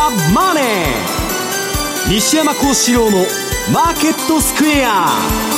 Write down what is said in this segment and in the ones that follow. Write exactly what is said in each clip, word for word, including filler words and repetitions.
マネー。西山孝四郎のマーケットスクエア。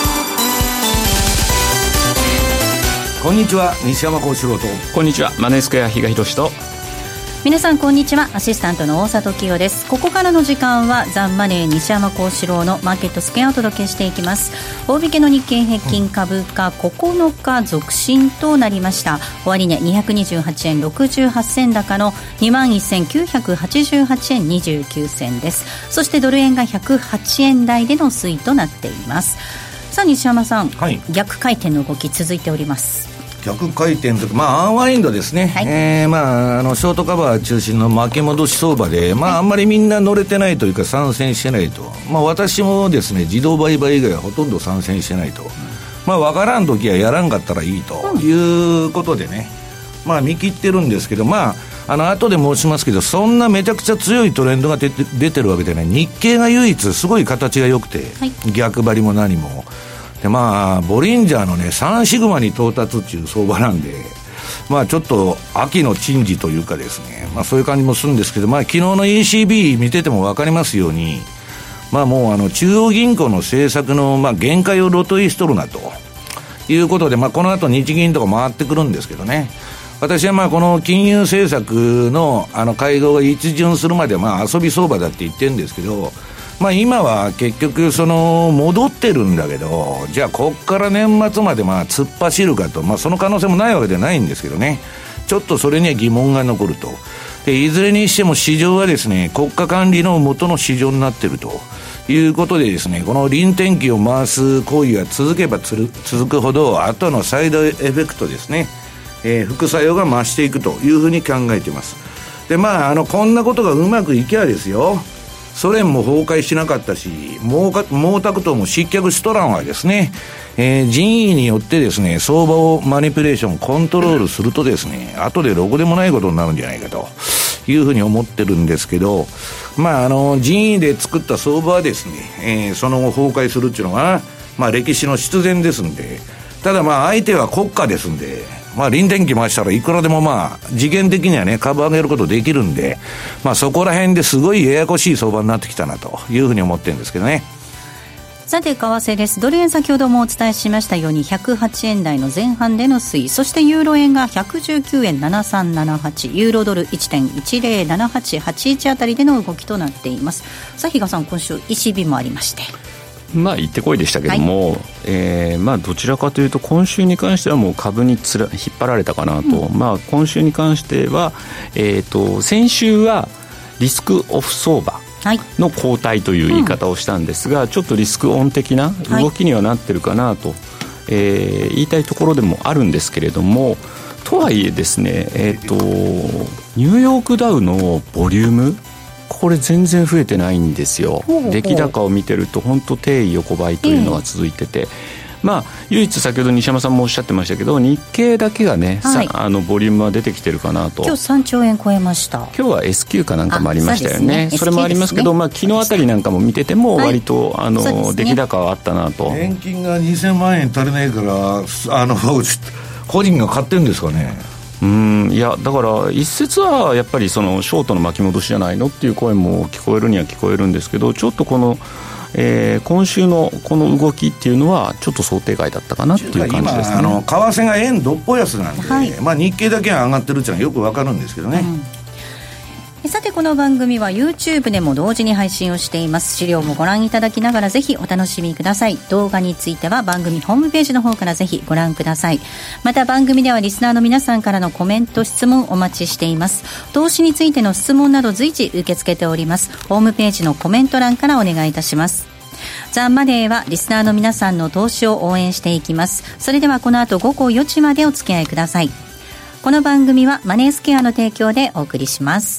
こんにちは、西山孝四郎と。 こんにちは、マネースクエア比嘉宏と。 皆さんこんにちは、アシスタントの大里清です。ここからの時間はザンマネー西山孝四郎のマーケットスクエアをお届けしていきます。大引けの日経平均株価ここのか続伸となりました。終値にひゃくにじゅうはちえんろくじゅうはち銭高の にまんせんきゅうひゃくはちじゅうはちえんにじゅうきゅう銭です。そしてドル円がひゃくはちえん台での推移となっています。さあ西山さん、はい、逆回転の動き続いております。 逆回転というか、まあ、アンワインドですね、はい、えーまあ、あのショートカバー中心の巻き戻し相場で、まあ、あんまりみんな乗れてないというか参戦してないと、まあ、私もですね自動売買以外はほとんど参戦してないと、まあ、分からんときはやらんかったらいいということでね、まあ、見切ってるんですけど、まあ、あの後で申しますけど、そんなめちゃくちゃ強いトレンドが出て、出てるわけでね、日経が唯一すごい形が良くて、はい、逆張りも何もで、まあ、ボリンジャーのねさんシグマに到達っていう相場なんで、まあ、ちょっと秋の珍事というかですね、まあ、そういう感じもするんですけど、まあ、昨日の イーシービー 見てても分かりますように、まあ、もうあの中央銀行の政策のまあ限界を露呈しとるなということで、まあ、この後日銀とか回ってくるんですけどね、私はまあこの金融政策 の, あの会合が一巡するまではまあ遊び相場だって言ってるんですけど、まあ、今は結局その戻ってるんだけど、じゃあこっから年末までまあ突っ走るかと、まあ、その可能性もないわけではないんですけどね、ちょっとそれには疑問が残ると。でいずれにしても市場はですね国家管理の元の市場になっているということでですね、この臨転機を回す行為が続けばつる続くほど後のサイドエフェクトですね、えー、副作用が増していくというふうに考えています。でまああのこんなことがうまくいけばですよ、ソ連も崩壊しなかったし、毛沢東も失脚しとらんわですね、えー、人為によってですね相場をマニピュレーションコントロールするとですね、後でろくでもないことになるんじゃないかというふうに思ってるんですけど、まああの人為で作った相場はですね、えー、その後崩壊するっていうのが、まあ、歴史の必然ですんで、ただまあ相手は国家ですんで、まあ、臨転機回したらいくらでもまあ次元的にはね株上げることできるんで、まあ、そこら辺ですごいややこしい相場になってきたなというふうに思ってるんですけどね。 さて為替です。ドル円先ほどもお伝えしましたようにひゃくはちえん台の前半での推移、そしてユーロ円がひゃくじゅうきゅうえんななさんななはち、ユーロドル いってんいちぜろななはちはちいち あたりでの動きとなっています。さあ比嘉さん、今週 イーシービー もありまして、 まあ行ってこいでしたけども、はい、えーまあ、どちらかというと今週に関してはもう株につら引っ張られたかなと、うん、まあ、今週に関しては、えー、と先週はリスクオフ相場の後退という言い方をしたんですが、うん、ちょっとリスクオン的な動きにはなってるかなと、はい、えー、言いたいところでもあるんですけれども、とはいえですね、えー、とニューヨークダウのボリューム、これ全然増えてないんですよ。出来高を見てると本当定位横ばいというのが続いてて、えー、まあ唯一先ほど西山さんもおっしゃってましたけど、日経だけがね、はい、あのボリュームは出てきてるかなと。 今日さんちょうえん超えました。 今日は エスキュー かなんかもありましたよ ね, そ, ねそれもありますけど、まあ、昨日あたりなんかも見てても割と、はい、あの、ね、出来高はあったなと。 年金がにせんまんえん足りないからあの個人が買ってるんですかね。 うん、いやだから一説はやっぱりそのショートの巻き戻しじゃないのっていう声も聞こえるには聞こえるんですけど、ちょっとこの、えー、今週のこの動きっていうのはちょっと想定外だったかなっていう感じですね。 今あの為替が円どっぽ安なんで、はい、まあ、日経だけが上がってるっていうのはよくわかるんですけどね、うん。 さてこの番組は YouTube でも同時に配信をしています。資料もご覧いただきながらぜひお楽しみください。動画については番組ホームページの方からぜひご覧ください。また番組ではリスナーの皆さんからのコメント質問お待ちしています。投資についての質問など随時受け付けております。ホームページのコメント欄からお願いいたします。ザ・マネーはリスナーの皆さんの投資を応援していきます。それではこの後午後よじまでお付き合いください。この番組はマネースケアの提供でお送りします。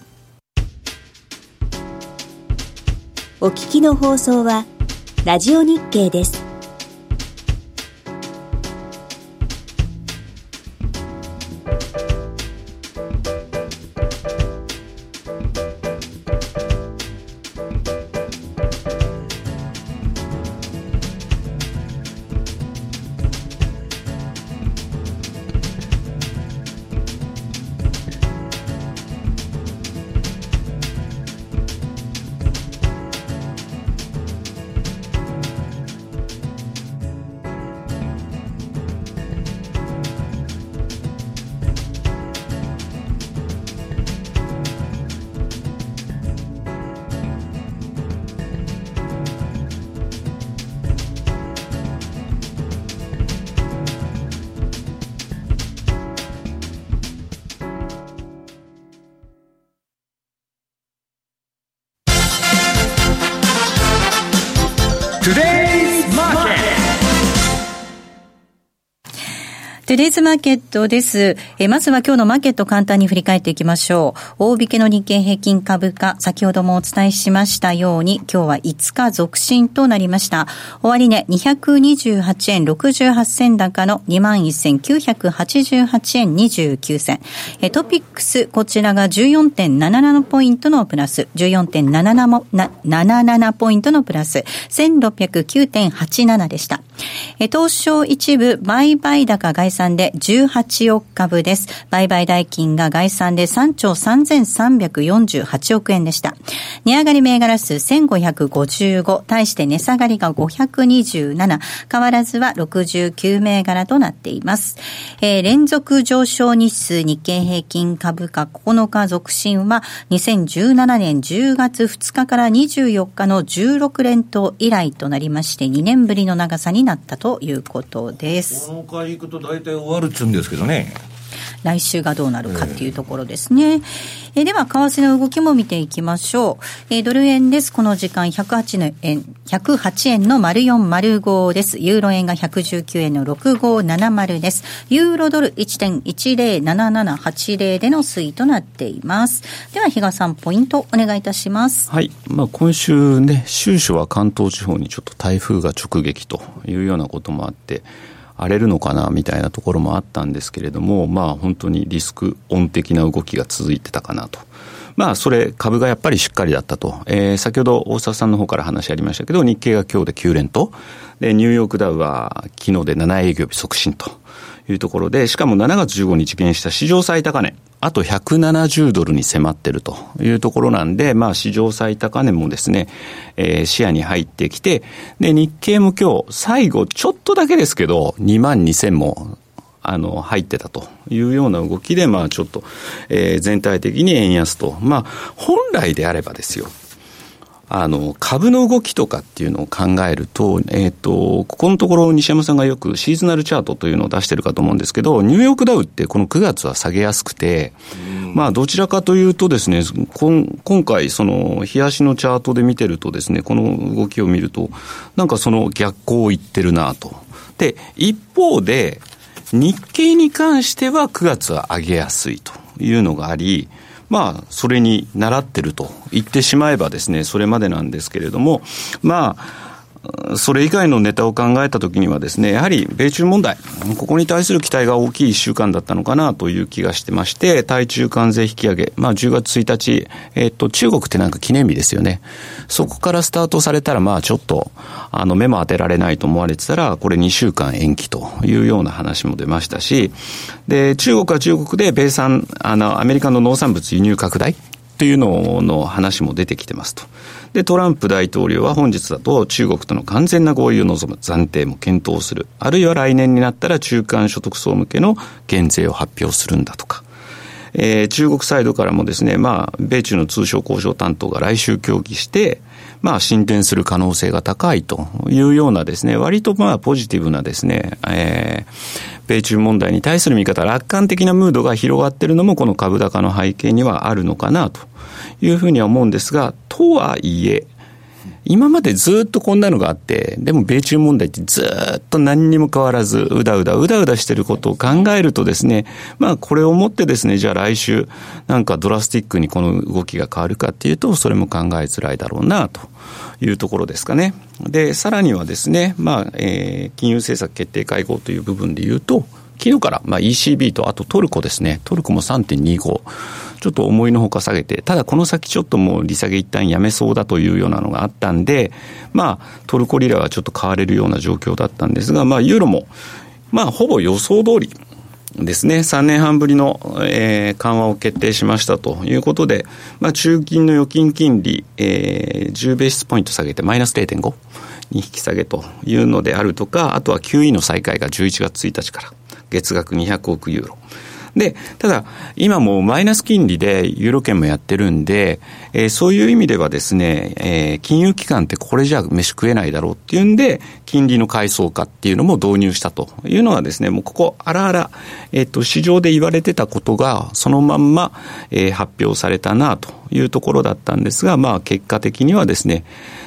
お聞きの放送はラジオ日経です。 トゥデイズマーケットです。えまずは今日のマーケット簡単に振り返っていきましょう。大引けの日経平均株価、先ほどもお伝えしましたように、今日はいつか続伸となりました。終値にひゃくにじゅうはちえんろくじゅうはち銭高の にまんせんきゅうひゃくはちじゅうはちえんにじゅうきゅう銭。えトピックス、こちらが じゅうよんてんなななな ポイントのプラス、じゅうよんてんななな もななななポイントのプラス、せんろっぴゃくきゅうてんはちなな でした。え東証一部売買高概算でじゅうはちおく株です。売買代金が概算でさんちょうさんぜんさんびゃくよんじゅうはちおくえんでした。値上がり銘柄数せんごひゃくごじゅうご、対して値下がりがごひゃくにじゅうなな、変わらずはろくじゅうきゅう銘柄となっています。えー、連続上昇日数日経平均株価ここのか続伸はにせんじゅうななねんじゅうがつふつかからにじゅうよっかのじゅうろく連投以来となりまして、にねんぶりの長さになったということです。 この回行くと大体終わるっつうんですけどね、 来週がどうなるかっていうところですね。えー、では為替の動きも見ていきましょう。えー、ドル円です。この時間ひゃくはちえん、ひゃくはちえんのまるよんまるごです。ユーロ円がひゃくじゅうきゅうえんのろくごななまるです。ユーロドル いちてんいちぜろななななはちぜろ での推移となっています。では比嘉さん、ポイントお願いいたします。 はい、まあ、今週ね、週初は関東地方にちょっと台風が直撃というようなこともあって荒れるのかなみたいなところもあったんですけれども、まあ本当にリスクオン的な動きが続いてたかなと。まあそれ株がやっぱりしっかりだったと、えー、先ほど大沢さんの方から話ありましたけど、日経が今日できゅう連とで、ニューヨークダウは昨日でなな営業日促進というところで、しかもしちがつじゅうごにち現した史上最高値、あとひゃくななじゅうドルに迫ってるというところなんで、まあ史上最高値もですね、えー、視野に入ってきて、で日経も今日最後ちょっとだけですけどにまんにせんもあの入ってたというような動きで、まあちょっと、えー、全体的に円安と、まあ本来であればですよ、あの株の動きとかっていうのを考えると、えっとここのところ西山さんがよくシーズナルチャートというのを出してるかと思うんですけど、ニューヨークダウってこのくがつは下げやすくて、まあどちらかというとですね、今回その日足のチャートで見てるとですね、この動きを見るとなんかその逆行を言ってるなと。で一方で日経に関してはくがつは上げやすいというのがあり、まあそれに倣ってると言ってしまえばですね、それまでなんですけれども、まあそれ以外のネタを考えたときにはですね、やはり米中問題、ここに対する期待が大きいいっしゅうかんだったのかなという気がしてまして、対中関税引き上げ、まあじゅうがつついたち、えっと中国ってなんか記念日ですよね。そこからスタートされたら、まあちょっとあの目も当てられないと思われてたら、これにしゅうかん延期というような話も出ましたし、で中国は中国で米産あのアメリカの農産物輸入拡大というのの話も出てきてますと。でトランプ大統領は本日だと中国との完全な合意を望む、暫定も検討する、あるいは来年になったら中間所得層向けの減税を発表するんだとか、えー、中国サイドからもですね、まあ米中の通商交渉担当が来週協議してまあ進展する可能性が高いというようなですね、割とまあポジティブなですね、えー米中問題に対する見方、楽観的なムードが広がっているのもこの株高の背景にはあるのかなというふうには思うんですが、とはいえ今までずっとこんなのがあって、でも米中問題ってずっと何にも変わらずうだうだうだうだしてることを考えるとですね、まあこれをもってですね、じゃあ来週なんかドラスティックにこの動きが変わるかっていうと、それも考えづらいだろうなというところですかね。でさらにはですね、まあ、えー、金融政策決定会合という部分で言うと、昨日から、まあ、イーシービー とあとトルコですね、トルコも さんてんにご ちょっと思いのほか下げて、ただこの先ちょっともう利下げ一旦やめそうだというようなのがあったんで、まあトルコリラはちょっと買われるような状況だったんですが、まあユーロもまあほぼ予想通りですね、さんねんはんぶりの、えー、緩和を決定しましたということで、まあ中銀の預金金利、えー、じゅうベーシスポイント下げてマイナス れいてんご に引き下げというのであるとか、あとは キューイー の再開がじゅういちがつついたちから月額にひゃくおくユーロで、ただ今もうマイナス金利でユーロ圏もやってるんで、えー、そういう意味ではですね、えー、金融機関ってこれじゃ飯食えないだろうっていうんで、金利の階層化っていうのも導入したというのはですね、もうここあらあら、えっと市場で言われてたことがそのまんま、えー、発表されたなというところだったんですが、まあ結果的にはですね、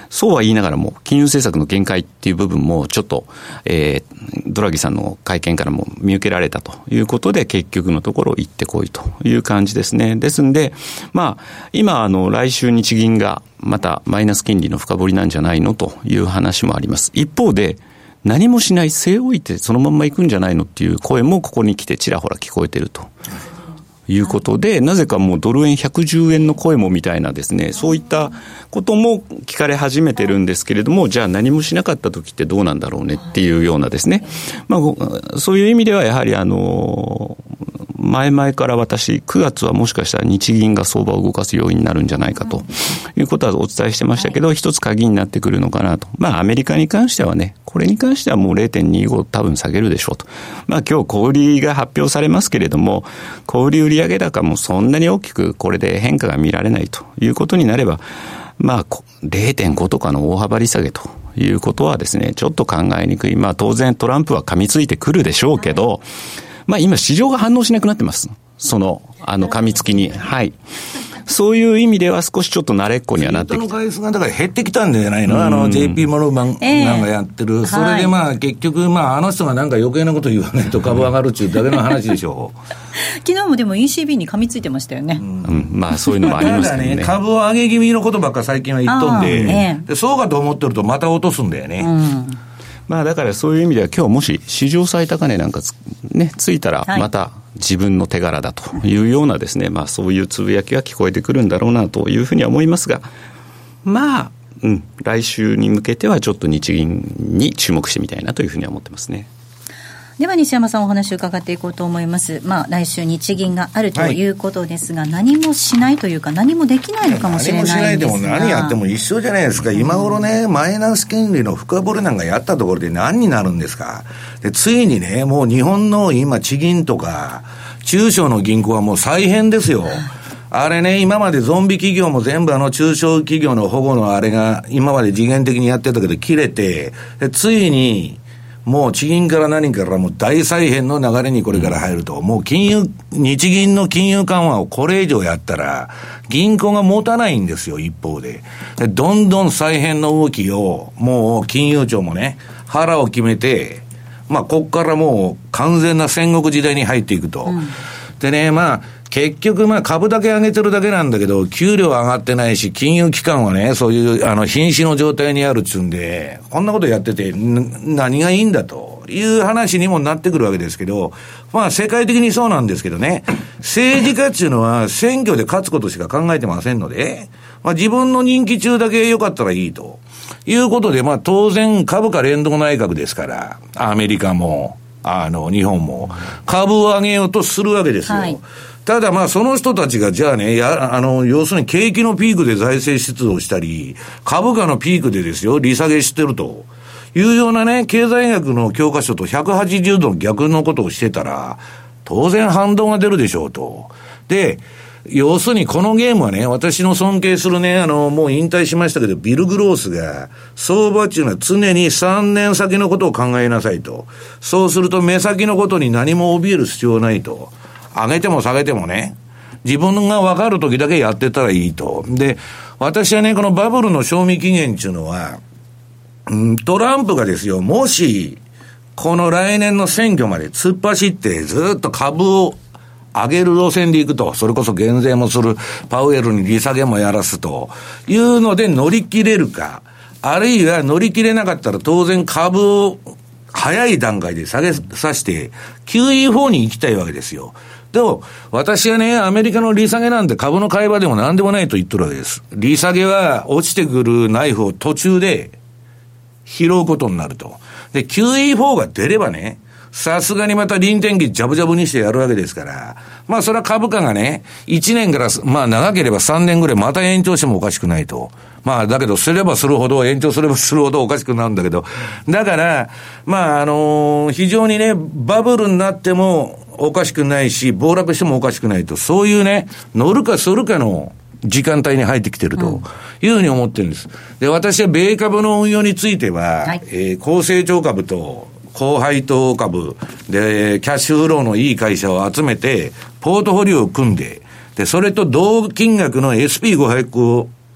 そうは言いながらも金融政策の限界っていう部分もちょっと、えー、ドラギさんの会見からも見受けられたということで、結局のところ行ってこいという感じですね。ですんで、まあ、今あの来週日銀がまたマイナス金利の深掘りなんじゃないのという話もあります。一方で何もしない、据え置いてそのまんま行くんじゃないのっていう声もここに来てちらほら聞こえてるということで、なぜかもうドル円ひゃくじゅうえんの声もみたいなですね、そういったことも聞かれ始めてるんですけれども、じゃあ何もしなかった時ってどうなんだろうねっていうようなですね、まあ、そういう意味ではやはりあの前々から私くがつはもしかしたら日銀が相場を動かす要因になるんじゃないかということはお伝えしてましたけど、一つ鍵になってくるのかなと。まあアメリカに関してはね、これに関してはもう れいてんにご 多分下げるでしょうと。まあ今日小売りが発表されますけれども、小売売上高もそんなに大きくこれで変化が見られないということになれば、まあ れいてんご とかの大幅利下げということはですね、ちょっと考えにくい。まあ当然トランプは噛みついてくるでしょうけど、まあ今市場が反応しなくなってます。その、あの噛みつきに。はい。そういう意味では少しちょっと慣れっこにはなってきて。 その回数がだから減ってきたんじゃないの、あの ジェイピー モルガンなんかやってる、えー、それでまあ結局まああの人がなんか余計なこと言わないと株上がるっていうだけの話でしょう。 昨日もでも イーシービー に噛みついてましたよね。うん、 うん、まあそういうのもありますけどね。 ね、株を上げ気味のことばっか最近は言っとんで、ね、でそうかと思ってるとまた落とすんだよね。うん、 まあだからそういう意味では今日もし市場最高値なんかつ、ね、ついたらまた自分の手柄だというようなですね、まあそういうつぶやきが聞こえてくるんだろうなというふうには思いますが、まあ、うん、来週に向けてはちょっと日銀に注目してみたいなというふうには思ってますね。 では西山さんお話を伺っていこうと思います。まあ来週日銀があるということですが、はい、何もしないというか何もできないのかもしれないんですが、何もしないでも何やっても一緒じゃないですか。今頃ね、マイナス金利の深掘りなんかやったところで何になるんですか。でついにね、もう日本の今地銀とか中小の銀行はもう再編ですよ。あれね、今までゾンビ企業も全部あの中小企業の保護のあれが今まで次元的にやってたけど切れて、でついにもう地銀から何からもう大再編の流れにこれから入ると、もう金融、日銀の金融緩和をこれ以上やったら、銀行が持たないんですよ、一方で。でどんどん再編の動きを、もう金融庁もね、腹を決めて、まあ、こっからもう完全な戦国時代に入っていくと。うん、でね、まあ、結局まあ株だけ上げてるだけなんだけど、給料は上がってないし、金融機関はね、そういうあの瀕死の状態にあるっちゅうんで、こんなことやってて何がいいんだという話にもなってくるわけですけど、まあ世界的にそうなんですけどね、政治家っていうのは選挙で勝つことしか考えてませんので、まあ自分の任期中だけ良かったらいいということで、まあ当然株価連動内閣ですから、アメリカもあの日本も株を上げようとするわけですよ。はい、ただまあその人たちがじゃあね、や、あの、要するに景気のピークで財政出動したり、株価のピークでですよ、利下げしてるというようなね、経済学の教科書とひゃくはちじゅうどの逆のことをしてたら、当然反動が出るでしょうと。で、要するにこのゲームはね、私の尊敬するね、あの、もう引退しましたけど、ビル・グロースが、相場っていうのは常にさんねん先のことを考えなさいと。そうすると目先のことに何も怯える必要ないと。上げても下げてもね、自分が分かるときだけやってたらいいと。で、私はね、このバブルの賞味期限っていうのは、うん、トランプがですよ、もし、この来年の選挙まで突っ走ってずっと株を上げる路線でいくと、それこそ減税もする、パウエルに利下げもやらすというので乗り切れるか、あるいは乗り切れなかったら当然株を早い段階で下げさせて キューイーフォー に行きたいわけですよ。でも私はね、アメリカの利下げなんて株の買い場でも何でもないと言ってるわけです。利下げは落ちてくるナイフを途中で拾うことになると。で キューイーフォー が出ればね、さすがにまた臨転機ジャブジャブにしてやるわけですから、まあそれは株価がね、いちねんからまあ長ければさんねんぐらいまた延長してもおかしくないと。まあだけどすればするほど、延長すればするほどおかしくなるんだけど、だからまああのー、非常にね、バブルになってもおかしくないし、暴落してもおかしくないと、そういうね、乗るかするかの時間帯に入ってきてるというふうに思ってるんです。で、私は米株の運用については、はい、えー、高成長株と高配当株でキャッシュフローのいい会社を集めてポートフォリオを組んで、でそれと同金額の エスピーごひゃく を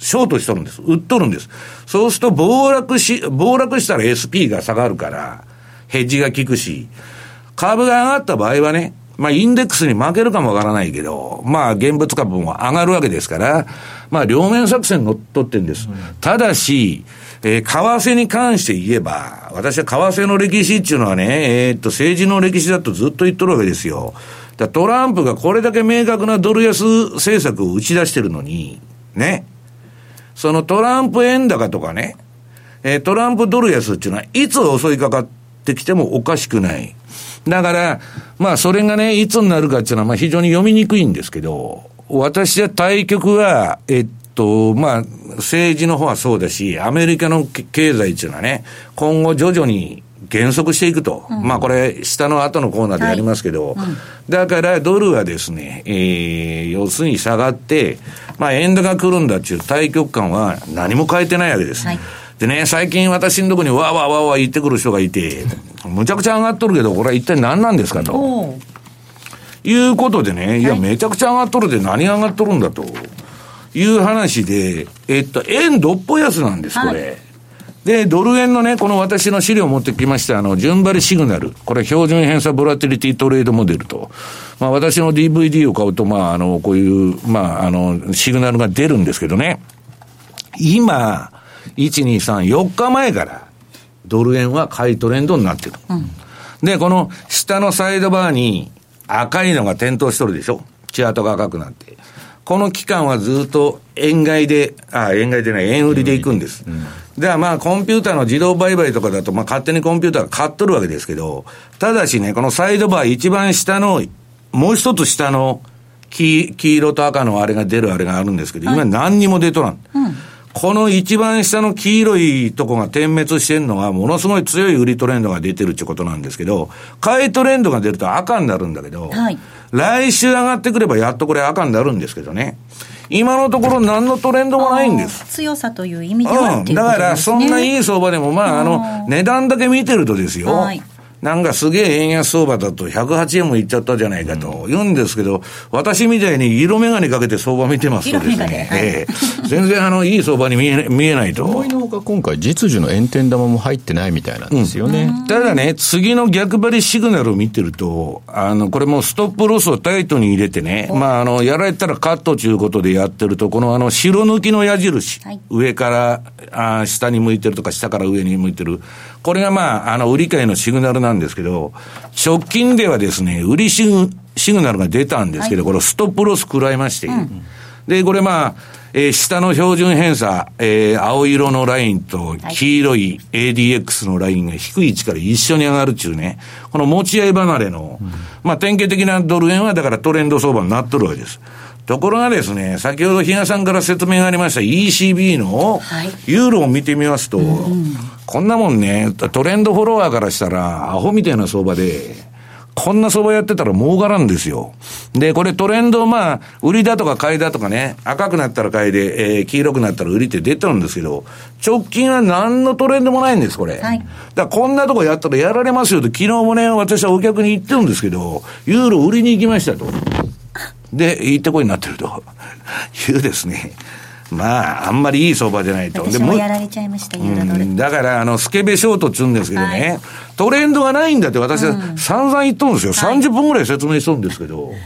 ショートしとるんです。売っとるんです。そうすると暴落し、暴落したら エスピー が下がるから、ヘッジが効くし、株が上がった場合はね、まあ、インデックスに負けるかもわからないけど、まあ、現物株も上がるわけですから、まあ、両面作戦乗っ取ってるんです。うん、ただし、えー、為替に関して言えば、私は為替の歴史っていうのはね、えー、っと、政治の歴史だとずっと言っとるわけですよ。だトランプがこれだけ明確なドル安政策を打ち出してるのに、ね、そのトランプ円高とかね、えー、トランプドル安っていうのは、いつ襲いかかってきてもおかしくない。だから、まあ、それがね、いつになるかっていうのは、まあ、非常に読みにくいんですけど、私は対局は、えっと、まあ、政治の方はそうだし、アメリカの経済っていうのはね、今後徐々に減速していくと。うん、まあ、これ、下の後のコーナーでやりますけど、はいうん、だからドルはですね、えー、要するに下がって、まあ、円高来るんだっていう対局感は何も変えてないわけです。はい、でね、最近私のところにわーわーわーわー言ってくる人がいて、むちゃくちゃ上がっとるけど、これは一体何なんですかと。いうことでね、いや、めちゃくちゃ上がっとるで何が上がっとるんだという話で、えっと、円どっぽ安なんです、これ。はい、で、ドル円のね、この私の資料を持ってきました、あの、順張りシグナル。これ、標準偏差ボラティリティトレードモデルと。まあ、私の ディーブイディー を買うと、まあ、あの、こういう、まあ、あの、シグナルが出るんですけどね。今、いち、に、さん、よっかまえから、ドル円は買いトレンドになってる。うん、で、この下のサイドバーに赤いのが点灯しとるでしょ。チャートが赤くなって。この期間はずっと円買いで、あ、円買いでない、円売りでいくんです。うん、ではまあコンピューターの自動売買とかだと、まあ勝手にコンピューターが買っとるわけですけど、ただしね、このサイドバー一番下の、もう一つ下の黄、黄色と赤のあれが出るあれがあるんですけど、今何にも出とらん。うんこの一番下の黄色いとこが点滅してるのはものすごい強い売りトレンドが出てるってことなんですけど、買いトレンドが出ると赤になるんだけど、はい、来週上がってくればやっとこれ赤になるんですけどね。今のところ何のトレンドもないんです。 強さという意味では、 うん、だからそんないい相場でもまああの値段だけ見てるとですよ。はいなんかすげえ円安相場だとひゃくはちえんもいっちゃったじゃないかと言うんですけど、私みたいに色眼鏡かけて相場見てますとですね、はいえー、全然あのいい相場に見え、見えないと。 思いのほか今回実需の円天玉も入ってないみたいなんですよね。 うん、ただね、次の逆張りシグナルを見てると、あの、これもストップロスをタイトに入れてね、まああの、やられたらカットということでやってると、このあの、白抜きの矢印、はい、上からあ下に向いてるとか下から上に向いてる、これがまあ、あの、売り買いのシグナルなんですけど、直近ではですね、売りシグ、シグナルが出たんですけど、はい、これストップロス食らいまして、うん、で、これまあ、えー、下の標準偏差、えー、青色のラインと黄色い エーディーエックス のラインが低い位置から一緒に上がるっていうね、この持ち合い離れの、うん、まあ、典型的なドル円はだからトレンド相場になっとるわけです。ところがですね、先ほど比嘉さんから説明がありました イーシービー のユーロを見てみますと、はいうん、こんなもんね、トレンドフォロワーからしたらアホみたいな相場で、こんな相場やってたら儲からんですよ。で、これトレンド、まあ、売りだとか買いだとかね、赤くなったら買いで、えー、黄色くなったら売りって出てるんですけど、直近は何のトレンドもないんです、これ。はい、だからこんなとこやったらやられますよと、昨日もね、私はお客に言ってるんですけど、ユーロ売りに行きましたと。で、行ってこいになってるというですね。まあ、あんまりいい相場じゃないと。 私もやられちゃいました、ユーロドル。うん、 だから、あの、スケベショートって言うんですけどね、はい、トレンドがないんだって私は散々言っとるんですよ。うん、さんじゅっぷんぐらい説明しとるんですけど、はい、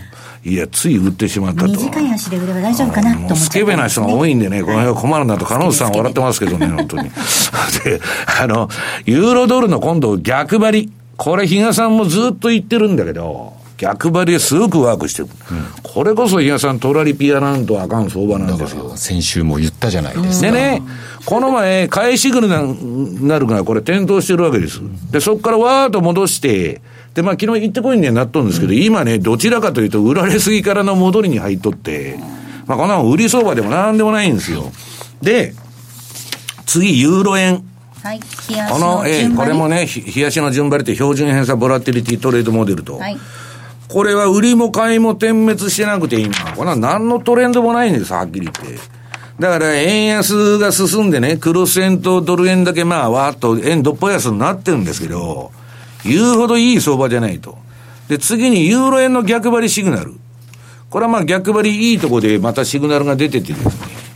いや、つい売ってしまったと。 短い足で売れば大丈夫かなと思って、ね。 スケベな人が多いんでね、この辺は困るなと、カノンさん笑ってますけどね、本当に。で、あの、ユーロドルの今度逆張り。これ、比嘉さんもずっと言ってるんだけど、逆張りですごくワークしてる。うん、これこそ比嘉さん、トラリピアなんとあかん相場なんですよ。 先週も言ったじゃないですか。 でね、この前、買いシグナルになるからこれ点灯してるわけです。で、そこからわーっと戻して、で、まあ昨日行ってこいにはなっとるんですけど、うん、今ね、どちらかというと売られすぎからの戻りに入っとって、まあこんなの売り相場でもなんでもないんですよ。で、次、ユーロ円。 はい。冷やしの順張り。 この、えー、これもね、冷やしの順張りって標準偏差ボラティリティトレードモデルと。はい。これは売りも買いも点滅してなくて今、これは何のトレンドもないんです、はっきり言って。だから円安が進んでね、クロス円とドル円だけまあわーっと円どっぽ安になってるんですけど、言うほどいい相場じゃないと。で、次にユーロ円の逆張りシグナル。これはまあ逆張りいいとこでまたシグナルが出ててですね、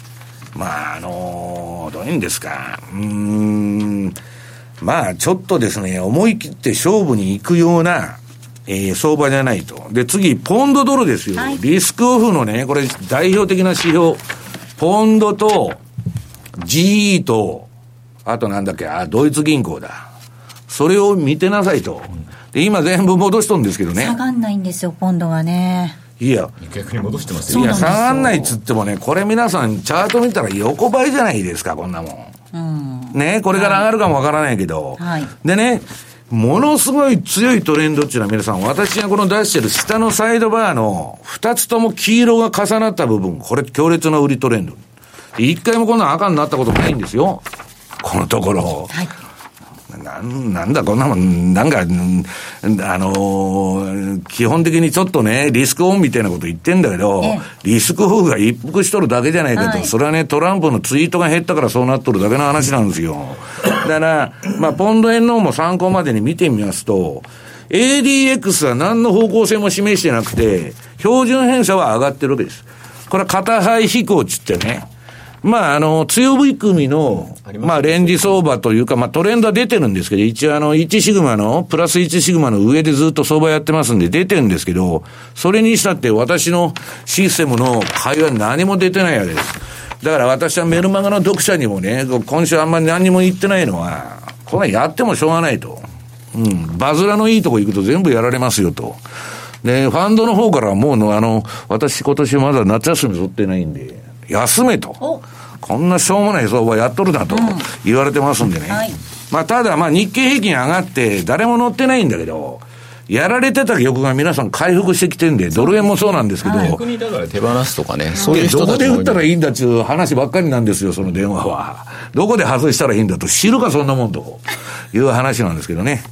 まああのー、どういうんですか、うーん、まあちょっとですね、思い切って勝負に行くような、えー、相場じゃないと。で次ポンドドルですよ、はい、リスクオフのね、これ代表的な指標、ポンドと ジーイー とあとなんだっけ、あドイツ銀行だ、それを見てなさいと。で今全部戻しとるんですけどね、 下がんないんですよポンドがね。 いや逆に戻してますよ。 いや下がんないっつってもね、これ皆さんチャート見たら横ばいじゃないですか、こんなもん、うん、ね、これから上がるかもわからないけど、はい、でね、ものすごい強いトレンドっていうのは皆さん、私がこの出してる下のサイドバーの二つとも黄色が重なった部分、これ強烈な売りトレンド。一回もこんな赤になったことないんですよ、このところ。はい、な, なんだこんなもん、なんか、あのー、基本的にちょっとね、リスクオンみたいなこと言ってんだけど、ええ、リスクオフが一服しとるだけじゃないかと、はい、それはね、トランプのツイートが減ったからそうなっとるだけの話なんですよ。だから、まあ、ポンド円の方も参考までに見てみますと、エーディーエックス は何の方向性も示してなくて、標準偏差は上がってるわけです。これは片肺飛行つってね、まあ、あの、強含みの、まあ、レンジ相場というか、まあ、トレンドは出てるんですけど、一応あの、いちシグマの、プラスいちシグマの上でずっと相場やってますんで、出てるんですけど、それにしたって私のシステムの会話何も出てないわけです。だから私はメルマガの読者にもね、今週あんまり何も言ってないのは、これやってもしょうがないと。うん。バズラのいいとこ行くと全部やられますよと。で、ファンドの方からはもうの、あの、私今年まだ夏休み取ってないんで、休めと。こんなしょうもない相場やっとるなと言われてますんでね。うん、はい、まあただまあ日経平均上がって誰も乗ってないんだけど、やられてた欲が皆さん回復してきてるんで、ドル円もそうなんですけど。 逆にだから手放すとかね、そういう人たちどこで売ったらいいんだっていう話ばっかりなんですよ、その電話は。どこで外したらいいんだと、知るかそんなもんという話なんですけどね。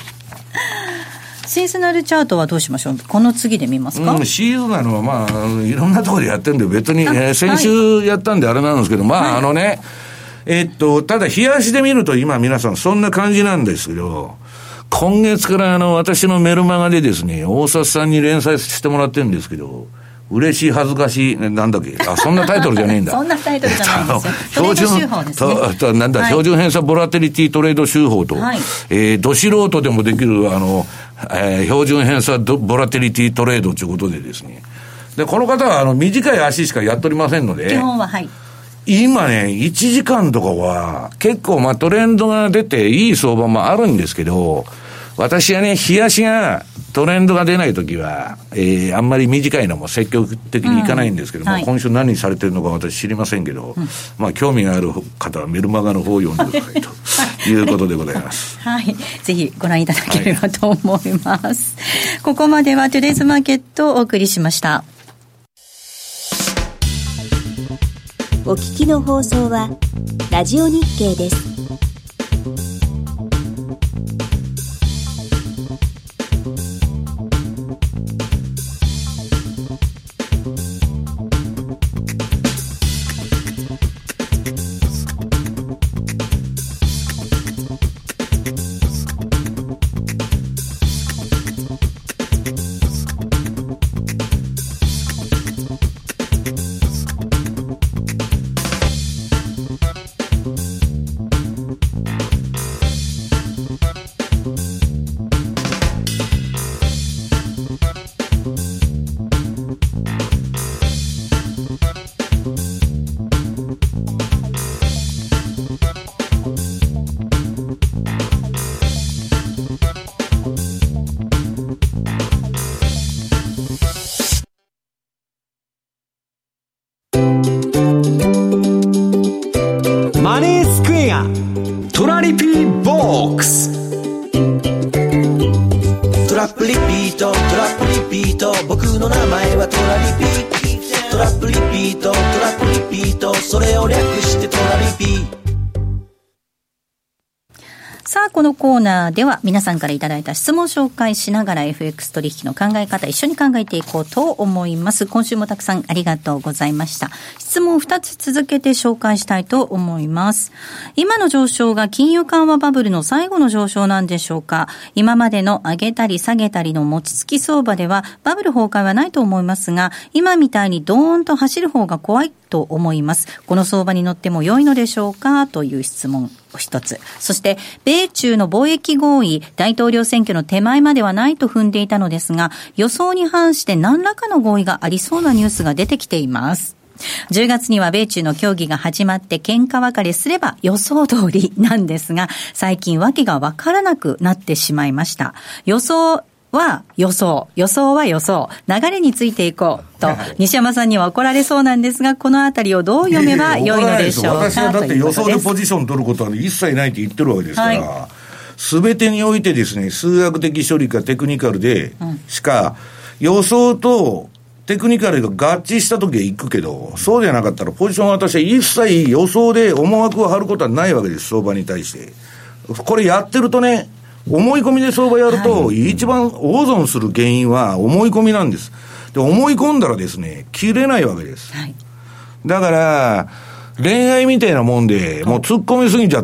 シーズナルチャートはどうしましょう。この次で見ますか。 うん、シーズナルはまあいろんなところでやってるんで別に、えー、先週やったんであれなんですけど、はい、まああのね、えー、っとただ冷やしで見ると今皆さんそんな感じなんですけど、今月からあの私のメルマガでですね、大札さんに連載してもらってるんですけど、嬉しい恥ずかしいなんだっけ、あそんなタイトルじゃねえんだそんなタイトルじゃないんですよ標準手法ですねととなんだ、はい、標準偏差ボラテリティトレード手法と、はい、えー、ど素人でもできるあの、えー、標準偏差ボラテリティトレードということでですね、でこの方はあの短い足しかやっておりませんので、 基本ははい、 今ねいちじかんとかは結構まあトレンドが出ていい相場もあるんですけど、私はね、冷やしがトレンドが出ないときは、えー、あんまり短いのも積極的にいかないんですけども、うん、はい、今週何されてるのか私知りませんけど、うん、まあ興味がある方はメルマガの方を読んでくださいということでございます。 はい、ぜひご覧いただければと思います。はい、ここまではトゥデイズマーケットをお送りしました。 お聞きの放送はラジオ日経です。 さあこのコーナーでは皆さんからいただいた質問を紹介しながら エフエックス 取引の考え方一緒に考えていこうと思います。今週もたくさんありがとうございました。質問をふたつ続けて紹介したいと思います。今の上昇が金融緩和バブルの最後の上昇なんでしょうか。今までの上げたり下げたりの持ちつき相場ではバブル崩壊はないと思いますが、今みたいにドーンと走る方が怖いと思います。この相場に乗っても良いのでしょうかという質問を一つ。そして米中の貿易合意、大統領選挙の手前まではないと踏んでいたのですが、予想に反して何らかの合意がありそうなニュースが出てきています。じゅうがつには米中の協議が始まって喧嘩別れすれば予想通りなんですが、最近訳が分からなくなってしまいました。予想は予想、予想は予想、流れについていこうと西山さんには怒られそうなんですが、このあたりをどう読めば良いのでしょうか。 私はだって予想でポジション取ることは一切ないって言ってるわけですから、はい、全てにおいてですね、数学的処理かテクニカルでしか、予想とテクニカルが合致した時は行くけど、そうじゃなかったらポジションは私は一切予想で思惑を張ることはないわけです。相場に対してこれやってるとね、思い込みで相場やると、一番大損する原因は思い込みなんです。で、思い込んだらですね、切れないわけです。はい、だから、恋愛みたいなもんで、もう突っ込みすぎちゃって、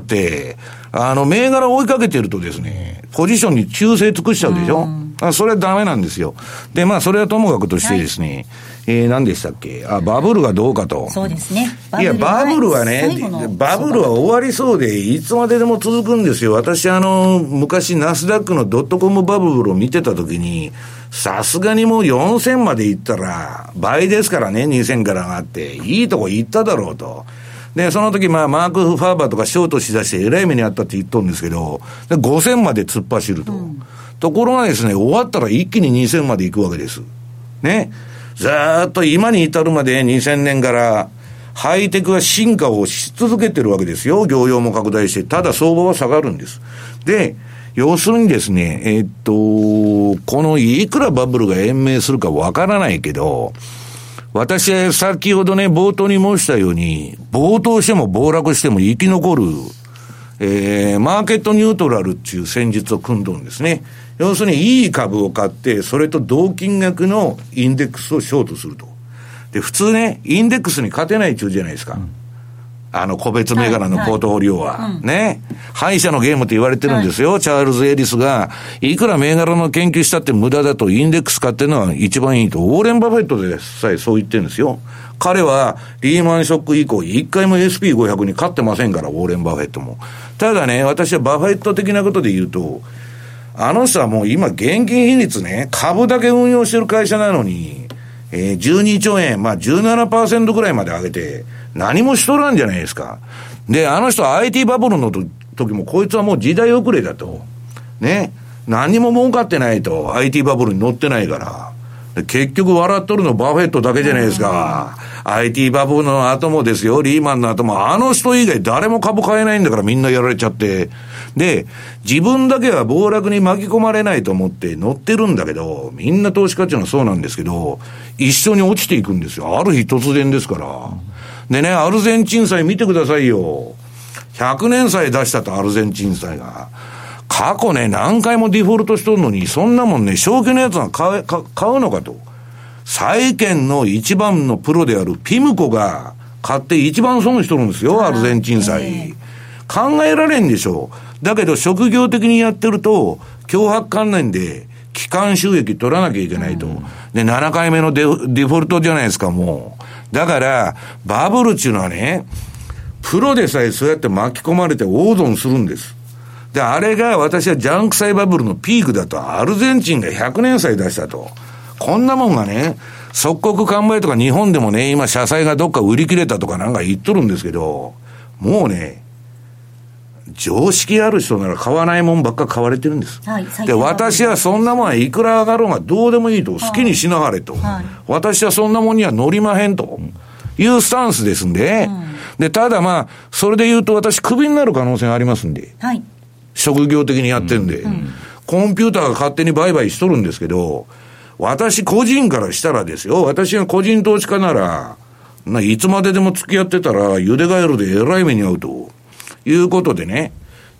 あの、銘柄を追いかけてるとですね、ポジションに忠誠尽くしちゃうでしょ。あ、それはダメなんですよ。で、まあ、それはともかくとしてですね、はい、えー、何でしたっけ、あ、バブルがどうかと。 そうですね。 いや、バブルはね、バブルは終わりそうで、いつまででも続くんですよ。私、あの、昔、ナスダックのドットコムバブルを見てたときに、さすがにもうよんせんまで行ったら、倍ですからね、にせんから上がって、いいとこ行っただろうと。で、その時、まあ、マーク・ファーバーとかショートしだして、えらい目にあったって言っとるんですけど、ごせんまで突っ走ると。うん、ところがですね、終わったら一気ににせんまで行くわけです。ね。ずーっと今に至るまでにせんねんからハイテクは進化をし続けてるわけですよ。業用も拡大して、ただ相場は下がるんです。で、要するにですね、えー、っと、このいくらバブルが延命するかわからないけど、私は先ほどね、冒頭に申したように、暴騰しても暴落しても生き残る、えー、マーケットニュートラルっていう戦術を組んどるんですね。要するにいい株を買って、それと同金額のインデックスをショートすると。で、普通ね、インデックスに勝てない中じゃないですか。うん、あの、個別銘柄のポートフォリオは。はいはい、ね。敗者のゲームって言われてるんですよ。はい、チャールズ・エリスが、いくら銘柄の研究したって無駄だと、インデックス買ってるのは一番いいと。ウォーレン・バフェットでさえそう言ってるんですよ。彼はリーマンショック以降一回も エスピーごひゃく に勝ってませんから、ウォーレン・バフェットも。ただね、私はバフェット的なことで言うと、あの人はもう今現金比率ね、株だけ運用してる会社なのに、えー、じゅうにちょうえん、まあ じゅうななパーセント ぐらいまで上げて、何もしとらんじゃないですか。で、あの人は アイティー バブルの時もこいつはもう時代遅れだと。ね。何も儲かってないと。アイティー バブルに乗ってないから。結局笑っとるのバフェットだけじゃないですか。アイティー バブルの後もですよ、リーマンの後も、あの人以外誰も株買えないんだからみんなやられちゃって。で、自分だけは暴落に巻き込まれないと思って乗ってるんだけど、みんな投資家っていうのはそうなんですけど、一緒に落ちていくんですよ。ある日突然ですから。でね、アルゼンチン債見てくださいよ。ひゃくねん債出したと、アルゼンチン債が。過去ね、何回もデフォルトしとるのに、そんなもんね、正気のやつが買う、買うのかと。債券の一番のプロであるピムコが買って一番損しとるんですよ、アルゼンチン債。考えられんでしょう。だけど職業的にやってると、強迫関連で基幹収益取らなきゃいけないと。で、ななかいめのデフ、デフォルトじゃないですか、もう。だから、バブルっていうのはね、プロでさえそうやって巻き込まれて大損するんです。で、あれが私はジャンク債バブルのピークだと、アルゼンチンがひゃくねん債出したと。こんなもんがね、即刻完売とか日本でもね、今社債がどっか売り切れたとかなんか言っとるんですけど、もうね、常識ある人なら買わないもんばっか買われてるんです。はい、で、私はそんなもんはいくら上がろうがどうでもいいと、好きにしなはれと。はい、私はそんなもんには乗りまへんというスタンスですんで、うん、で、ただまあ、それで言うと私クビになる可能性がありますんで、はい、職業的にやってるんで、うんうん、コンピューターが勝手に売買しとるんですけど、私個人からしたらですよ、私が個人投資家なら、いつまででも付き合ってたら、ゆでガエルでえらい目に遭うということでね、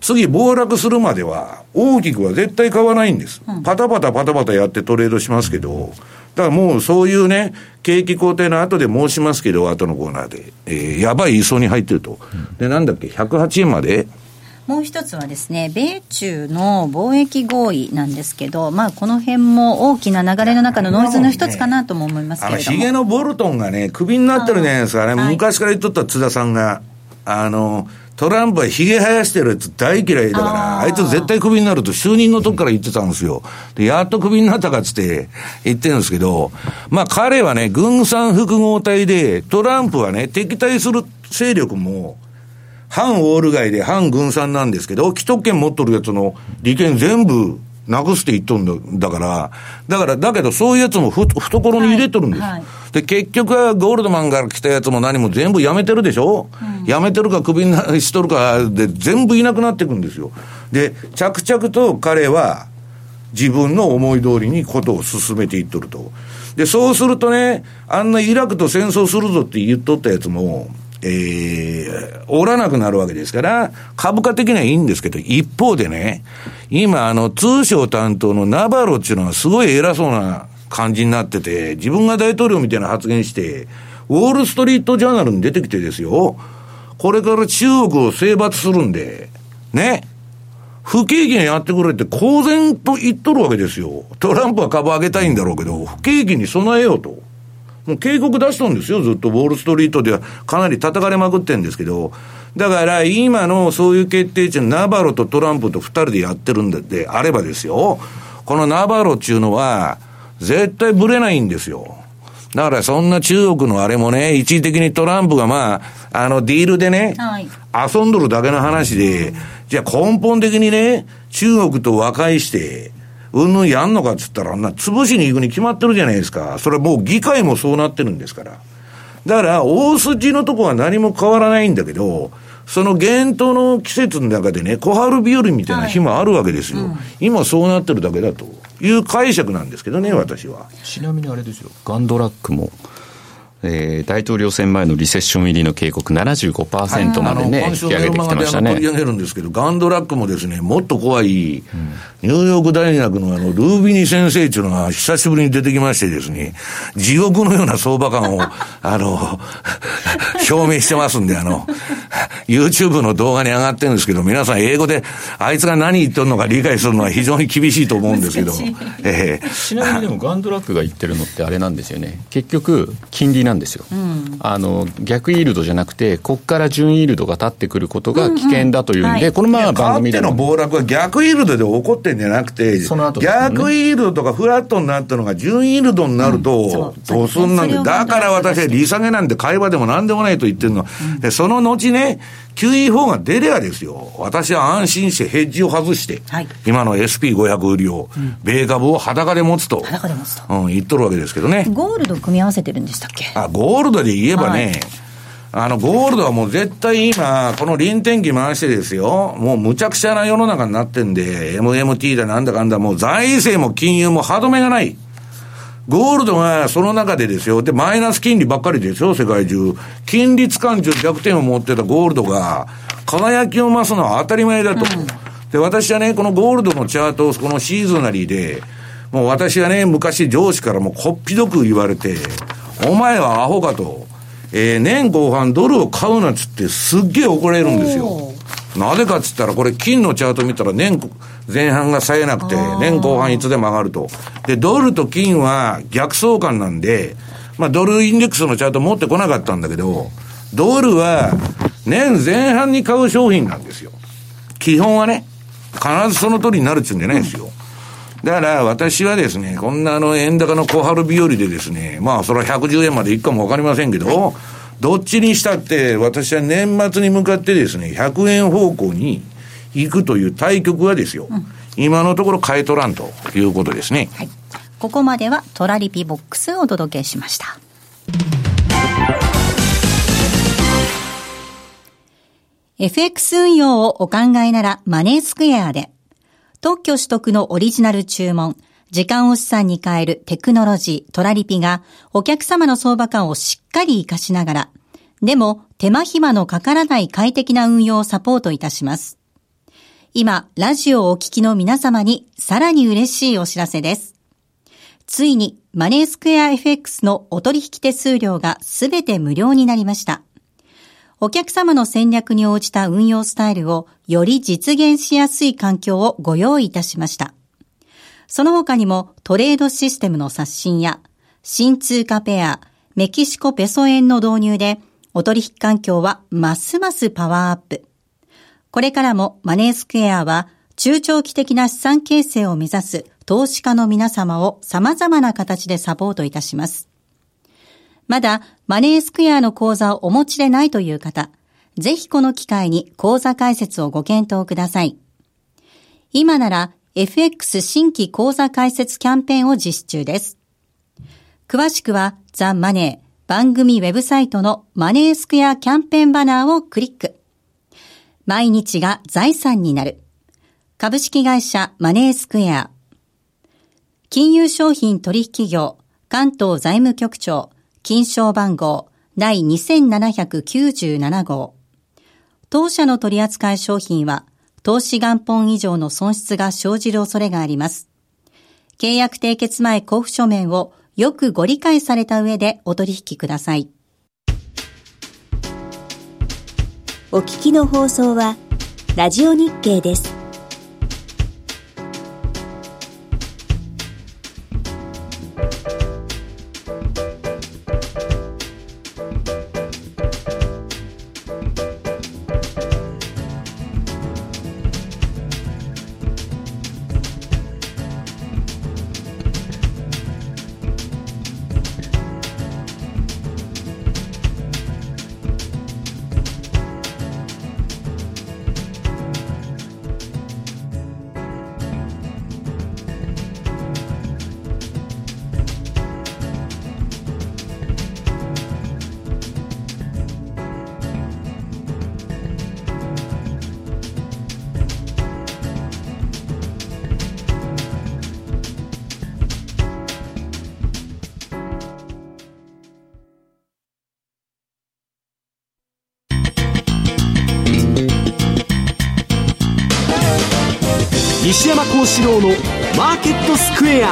次暴落するまでは大きくは絶対買わないんです、うん、パタパタパタパタやってトレードしますけど、だからもうそういうね、景気後退の後で申しますけど、後のコーナーで、えー、やばい磯に入ってると、うん、でなんだっけひゃくはちえんまで。 もう一つはですね、米中の貿易合意なんですけど、まあこの辺も大きな流れの中のノイズの一つかなとも思いますけれども、 あのヒゲのボルトンがねクビになってるじゃないですかね、はい、昔から言っとった津田さんが、あのトランプはヒゲ生やしてるやつ大嫌いだから、あ, あいつ絶対クビになると就任の時から言ってたんですよ。で、やっとクビになったかっつって言ってるんですけど、まあ彼はね、軍産複合体で、トランプはね、敵対する勢力も、反オール街で反軍産なんですけど、既得権持っとるやつの利権全部なくすって言っとるんだから、だから、だけどそういうやつもふ懐に入れとるんです、はいはい。で、結局はゴールドマンから来たやつも何も全部やめてるでしょ、うん、やめてるかクビにしとるかで全部いなくなっていくんですよ。で、着々と彼は自分の思い通りにことを進めていっとると。で、そうするとね、あんなイラクと戦争するぞって言っとったやつも、えー、おらなくなるわけですから、株価的にはいいんですけど、一方でね、今、あの、通商担当のナバロっていうのはすごい偉そうな感じになってて、自分が大統領みたいな発言して、ウォールストリートジャーナルに出てきてですよ、これから中国を征伐するんで、ね、不景気にやってくれって公然と言っとるわけですよ。トランプは株上げたいんだろうけど、不景気に備えようと。もう警告出したんですよ、ずっと。ウォールストリートではかなり叩かれまくってるんですけど、だから今のそういう決定値、ナバロとトランプと二人でやってるんであればですよ、このナバロっていうのは絶対ブレないんですよ。だからそんな中国のあれもね、一時的にトランプがまあ、あのディールでね、はい、遊んどるだけの話で、じゃあ根本的にね、中国と和解して、うんぬんやんのかっつったら、あんな潰しに行くに決まってるじゃないですか。それはもう議会もそうなってるんですから。だから、大筋のとこは何も変わらないんだけど、その厳冬の季節の中でね、小春日和みたいな日もあるわけですよ。はい、うん、今そうなってるだけだという解釈なんですけどね、私は。 ちなみにあれですよ、ガンドラックも、えー、大統領選前のリセッション入りの警告 ななじゅうごパーセント までね、はい、引き上げてきてましたね。 取り上げるんですけど、ガンドラックもですね、もっと怖い、うん、ニューヨーク大学のあのルービニ先生っていうのが久しぶりに出てきましてですね、地獄のような相場感をあの表明してますんで、あの YouTube の動画に上がってるんですけど、皆さん英語であいつが何言ってるのか理解するのは非常に厳しいと思うんですけど、えー、ちなみにでもガンドラックが言ってるのってあれなんですよね、結局金利なんですよ、うん、あの逆イールドじゃなくてここから準イールドが立ってくることが危険だというんで、うんうん、はい、このまま番組での暴落は逆イールドで起こってんじゃなくて、その後ですよね、逆イールドとかフラットになったのが準イールドになると、うん、どうすんなんで、だから私は利下げなんて会話でも何でもないと言ってるの、うん、でその後ね キューイーフォー が出りゃですよ、私は安心してヘッジを外して、はい、今の エスピーごひゃく 売りを、うん、米株を裸で持つと、 裸で持つと、 うん、言っとるわけですけどね。 ゴールド組み合わせてるんでしたっけ。 あ、ゴールドで言えばね、はい、あのゴールドはもう絶対今この臨転機回してですよ、もうむちゃくちゃな世の中になってんで エムエムティー だなんだかんだ、もう財政も金融も歯止めがない。ゴールドがその中でですよ、でマイナス金利ばっかりですよ、世界中。金利掴んじゅう弱点を持ってたゴールドが輝きを増すのは当たり前だと、うん、で私はねこのゴールドのチャートをこのシーズナリーでもう私はね昔上司からもこっぴどく言われて、お前はアホかと、えー、年後半ドルを買うなっつってすっげえ怒られるんですよ。なぜかっつったら、これ金のチャート見たら年前半が冴えなくて年後半いつでも上がると。でドルと金は逆相関なんで、まあドルインデックスのチャート持ってこなかったんだけど、ドルは年前半に買う商品なんですよ、基本はね。必ずその通りになるっちゅうんじゃないですよ。だから私はですね、こんなあの円高の小春日和でですね、まあそれはひゃくじゅうえんまでいくかもわかりませんけど、どっちにしたって私は年末に向かってですねひゃくえん方向に行くという対局はですよ、うん、今のところ買い取らんということですね。 はい、ここまではトラリピボックスをお届けしました。エフエックス 運用をお考えならマネースクエアで、特許取得のオリジナル注文、時間を資産に変えるテクノロジートラリピがお客様の相場感をしっかり活かしながら、でも手間暇のかからない快適な運用をサポートいたします。 今、ラジオをお聞きの皆様にさらに嬉しいお知らせです。ついにマネースクエア エフエックス のお取引手数料がすべて無料になりました。お客様の戦略に応じた運用スタイルをより実現しやすい環境をご用意いたしました。その他にもトレードシステムの刷新や新通貨ペア、メキシコペソ円の導入でお取引環境はますますパワーアップ。これからもマネースクエアは中長期的な資産形成を目指す投資家の皆様を様々な形でサポートいたします。まだマネースクエアの口座をお持ちでないという方、ぜひこの機会に口座開設をご検討ください。今なら エフエックス 新規口座開設キャンペーンを実施中です。詳しくはザ・マネー番組ウェブサイトのマネースクエアキャンペーンバナーをクリック。毎日が財産になる。株式会社マネースクエア。金融商品取引業関東財務局長金賞番号第にせんななひゃくきゅうじゅうなな号。当社の取扱い商品は投資元本以上の損失が生じる恐れがあります。契約締結前交付書面をよくご理解された上でお取引ください。 お聞きの放送はラジオ日経です。 西山幸四郎のマーケットスクエア。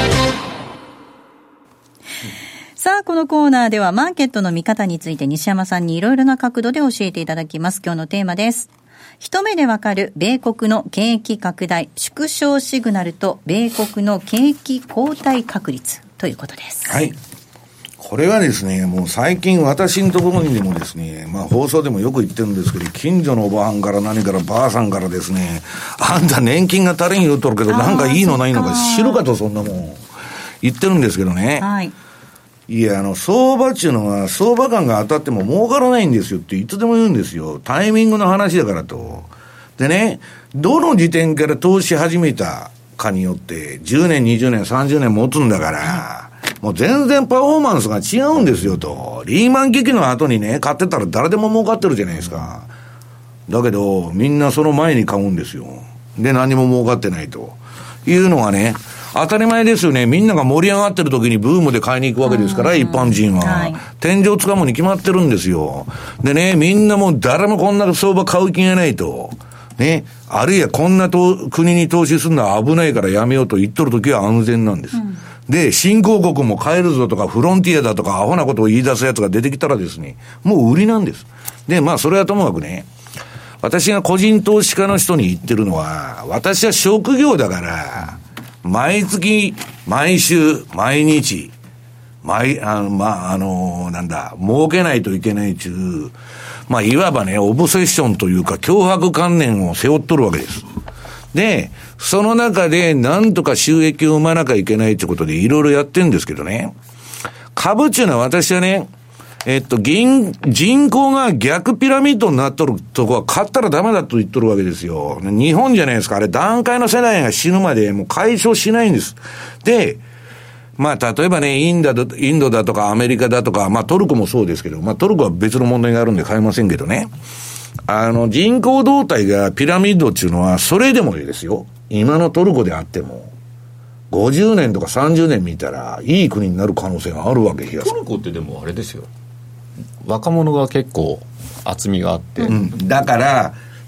さあ、このコーナーではマーケットの見方について西山さんにいろいろな角度で教えていただきます。今日のテーマです。一目でわかる米国の景気拡大縮小シグナルと米国の景気後退確率ということです。 はい。これはですね、もう最近私のところにでもですね、まあ放送でもよく言ってるんですけど、近所のおばはんから何からばあさんからですね、あんた年金が足りん言うとるけど、なんかいいのないのか知るかと、そんなもん言ってるんですけどね。はい。いや、あの、相場っていうのは、相場感が当たっても儲からないんですよっていつでも言うんですよ。タイミングの話だからと。でね、どの時点から投資始めたかによって、じゅうねん、にじゅうねん、さんじゅうねん持つんだから、はい、もう全然パフォーマンスが違うんですよと。リーマン危機の後にね、買ってたら誰でも儲かってるじゃないですか。だけど、みんなその前に買うんですよ。で、何も儲かってないと。いうのがね、当たり前ですよね。みんなが盛り上がってる時にブームで買いに行くわけですから、一般人は、はい。天井つかむに決まってるんですよ。でね、みんなもう誰もこんな相場買う気がないと。ね、あるいはこんなと国に投資するのは危ないからやめようと言っとる時は安全なんです。うん、で、新興国も買えるぞとか、フロンティアだとか、アホなことを言い出すやつが出てきたらですね、もう売りなんです。で、まあ、それはともかくね、私が個人投資家の人に言ってるのは、私は職業だから、毎月、毎週、毎日、毎、あの、まあ、あの、なんだ、儲けないといけないという、まあ、いわばね、オブセッションというか、脅迫観念を背負っとるわけです。で、その中で、なんとか収益を生まなきゃいけないということで、いろいろやってるんですけどね、株っていうのは私はね、えっと、銀、人口が逆ピラミッドになっとるとこは買ったらダメだと言っとるわけですよ。日本じゃないですか。あれ、段階の世代が死ぬまでもう解消しないんです。で、まあ、例えばね、インドだと、インドだとかアメリカだとか、まあ、トルコもそうですけど、まあ、トルコは別の問題があるんで買えませんけどね。あの、人口動態がピラミッドっていうのは、それでもいいですよ。今のトルコであっても。ごじゅうねんとかさんじゅうねん見たら、いい国になる可能性があるわけです。 トルコってでもあれですよ。若者が結構厚みがあって、 うん、だから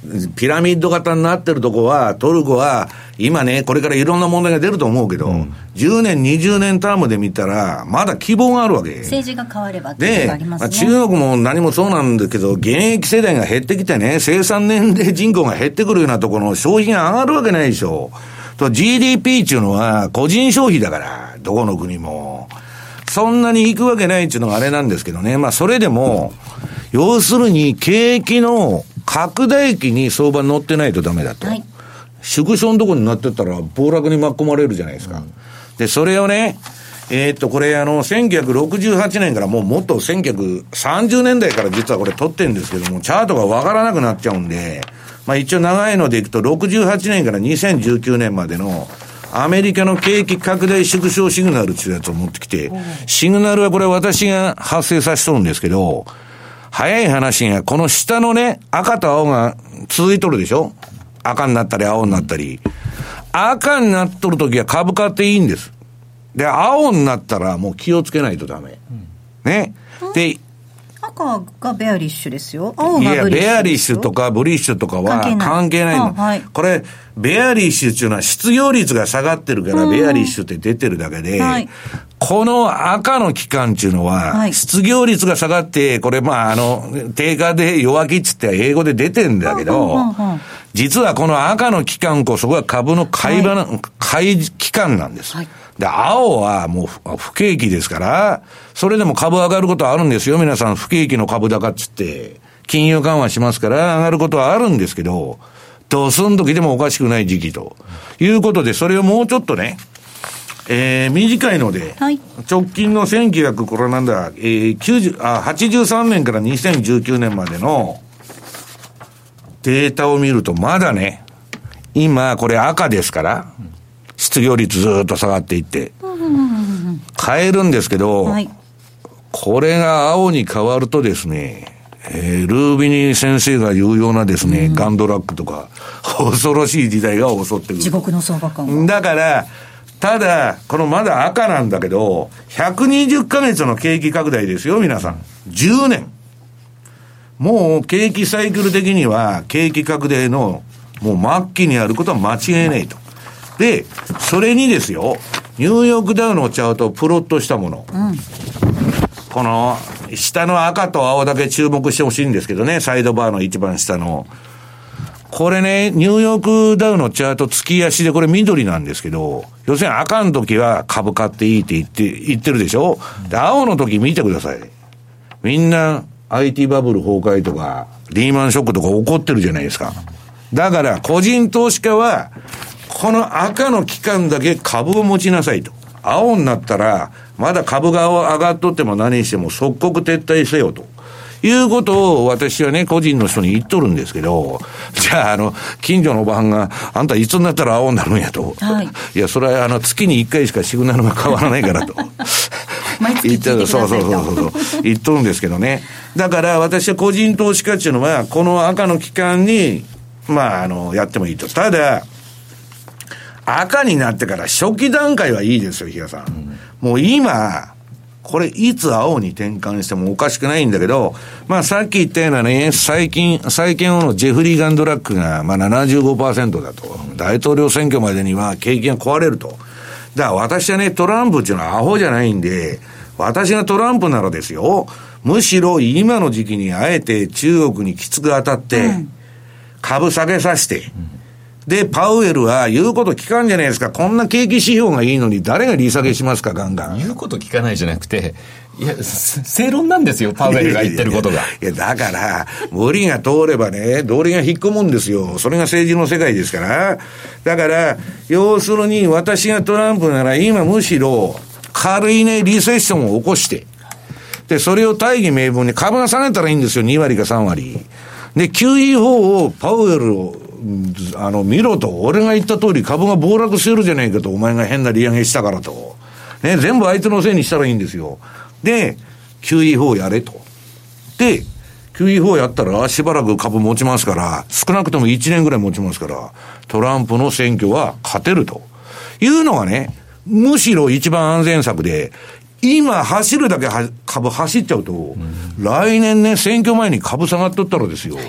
ピラミッド型になってるとこは、トルコは、今ね、これからいろんな問題が出ると思うけど、うん、じゅうねん、にじゅうねんタームで見たら、まだ希望があるわけ。 政治が変わればっていうのがありますね。 で、中国も何もそうなんだけど、現役世代が減ってきてね、生産年齢人口が減ってくるようなところの消費が上がるわけないでしょ。と ジーディーピー っていうのは個人消費だから、どこの国も。そんなに行くわけないっていうのがあれなんですけどね。まあそれでも、要するに景気の拡大期に相場に乗ってないとダメだと。はい、縮小のところになってったら暴落に巻き込まれるじゃないですか。うん、で、それをね、えー、っと、これあの、せんきゅうひゃくろくじゅうはちねんからもうもっとせんきゅうひゃくさんじゅうねんだいから実はこれ取ってるんですけども、チャートがわからなくなっちゃうんで、まあ一応長いのでいくとろくじゅうはちねんからにせんじゅうきゅうねんまでのアメリカの景気拡大縮小シグナルっていうやつを持ってきて、シグナルはこれ私が発生させとるんですけど、早い話がこの下のね、赤と青が続いとるでしょ？赤になったり青になったり。赤になっとるときは株買っていいんです。で、青になったらもう気をつけないとダメ。うん、ね。で、 赤がベアリッシュですよ。青がブリッシュですよ。いや、 ベアリッシュとかブリッシュとかは関係ないの。はい、これ、ベアリッシュっていうのは失業率が下がってるから、ベアリッシュって出てるだけで、はい、この赤の期間っていうのは、失業率が下がって、これまあ、あの、定価で弱気っつって英語で出てんだけど、実はこの赤の期間こそが株の買い場の、はい、買い期間なんです。はい、で、青はもう不景気ですから、それでも株上がることはあるんですよ。皆さん不景気の株高っつって、金融緩和しますから上がることはあるんですけど、どうすん時でもおかしくない時期ということで、それをもうちょっとね、えー、短いので、はい、直近のせんきゅうひゃく、これなんだ、えー、きゅうじゅう、あ、はちじゅうさんねんからにせんじゅうきゅうねんまでのデータを見ると、まだね、今これ赤ですから、失業率ずっと下がっていって、変えるんですけど、はい、これが青に変わるとですね、えー、ルービニー先生が言うようなですね、うん、ガンドラックとか、恐ろしい時代が襲ってくる。 地獄の相場感。 だから、ただ、このまだ赤なんだけど、ひゃくにじゅっかげつの景気拡大ですよ、皆さん。じゅうねん。もう景気サイクル的には、景気拡大の、もう末期にあることは間違いないと。で、それにですよ、ニューヨークダウのチャートをプロットしたもの。うん、この、下の赤と青だけ注目してほしいんですけどね、サイドバーの一番下の。これね、ニューヨークダウのチャート月足でこれ緑なんですけど、要するに赤の時は株買っていいって言って、言ってるでしょ。で、青の時見てください。みんな アイティー バブル崩壊とか、リーマンショックとか起こってるじゃないですか。だから、個人投資家は、この赤の期間だけ株を持ちなさいと。青になったら、まだ株が上がっとっても何しても即刻撤退せよと。いうことを私はね、個人の人に言っとるんですけど、じゃあ、あの、近所のおばはんが、あんたいつになったら青になるんやと。はい。いや、それはあの、月にいっかいしかシグナルが変わらないからと。 毎月聞いてくださいと。 そうそうそうそう。言っとるんですけどね。だから私は個人投資家っていうのは、この赤の期間に、まあ、あの、やってもいいと。ただ、赤になってから初期段階はいいですよ、比嘉さん。うん、もう今、これいつ青に転換してもおかしくないんだけど、まあさっき言ったようなね、最近、最近のジェフリー・ガンドラックがまあ ななじゅうごパーセント だと。大統領選挙までには景気が壊れると。だから私はね、トランプっていうのはアホじゃないんで、私がトランプならですよ、むしろ今の時期にあえて中国にきつく当たって、株下げさせて、で、パウエルは言うこと聞かんじゃないですか。こんな景気指標がいいのに誰が利下げしますか、ガンガン。 言うこと聞かないじゃなくて、いや、正論なんですよ、パウエルが言ってることが。 いや、いやだから、無理が通ればね、道理が引っ込むんですよ。それが政治の世界ですから。だから、要するに私がトランプなら今むしろ軽いね、リセッションを起こして、で、それを大義名分に株が下げたらいいんですよ、にわりかさんわり。で、キューイーフォー をパウエルをあの、見ろと。俺が言った通り株が暴落してるじゃないかと。お前が変な利上げしたからと。ね、全部相手のせいにしたらいいんですよ。で、キューイーフォー やれと。で、キューイーフォー やったらしばらく株持ちますから、少なくともいちねんぐらい持ちますから、トランプの選挙は勝てると。いうのがね、むしろ一番安全策で、今走るだけは株走っちゃうと、うん、来年ね、選挙前に株下がっとったらですよ。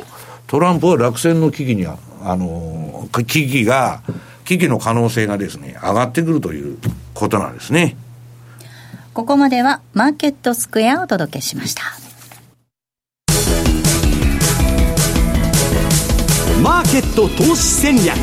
トランプは落選の危機にはあの危機が危機の可能性がですね上がってくるということなんですね。 ここまではマーケットスクエアをお届けしました。 マーケット投資戦略。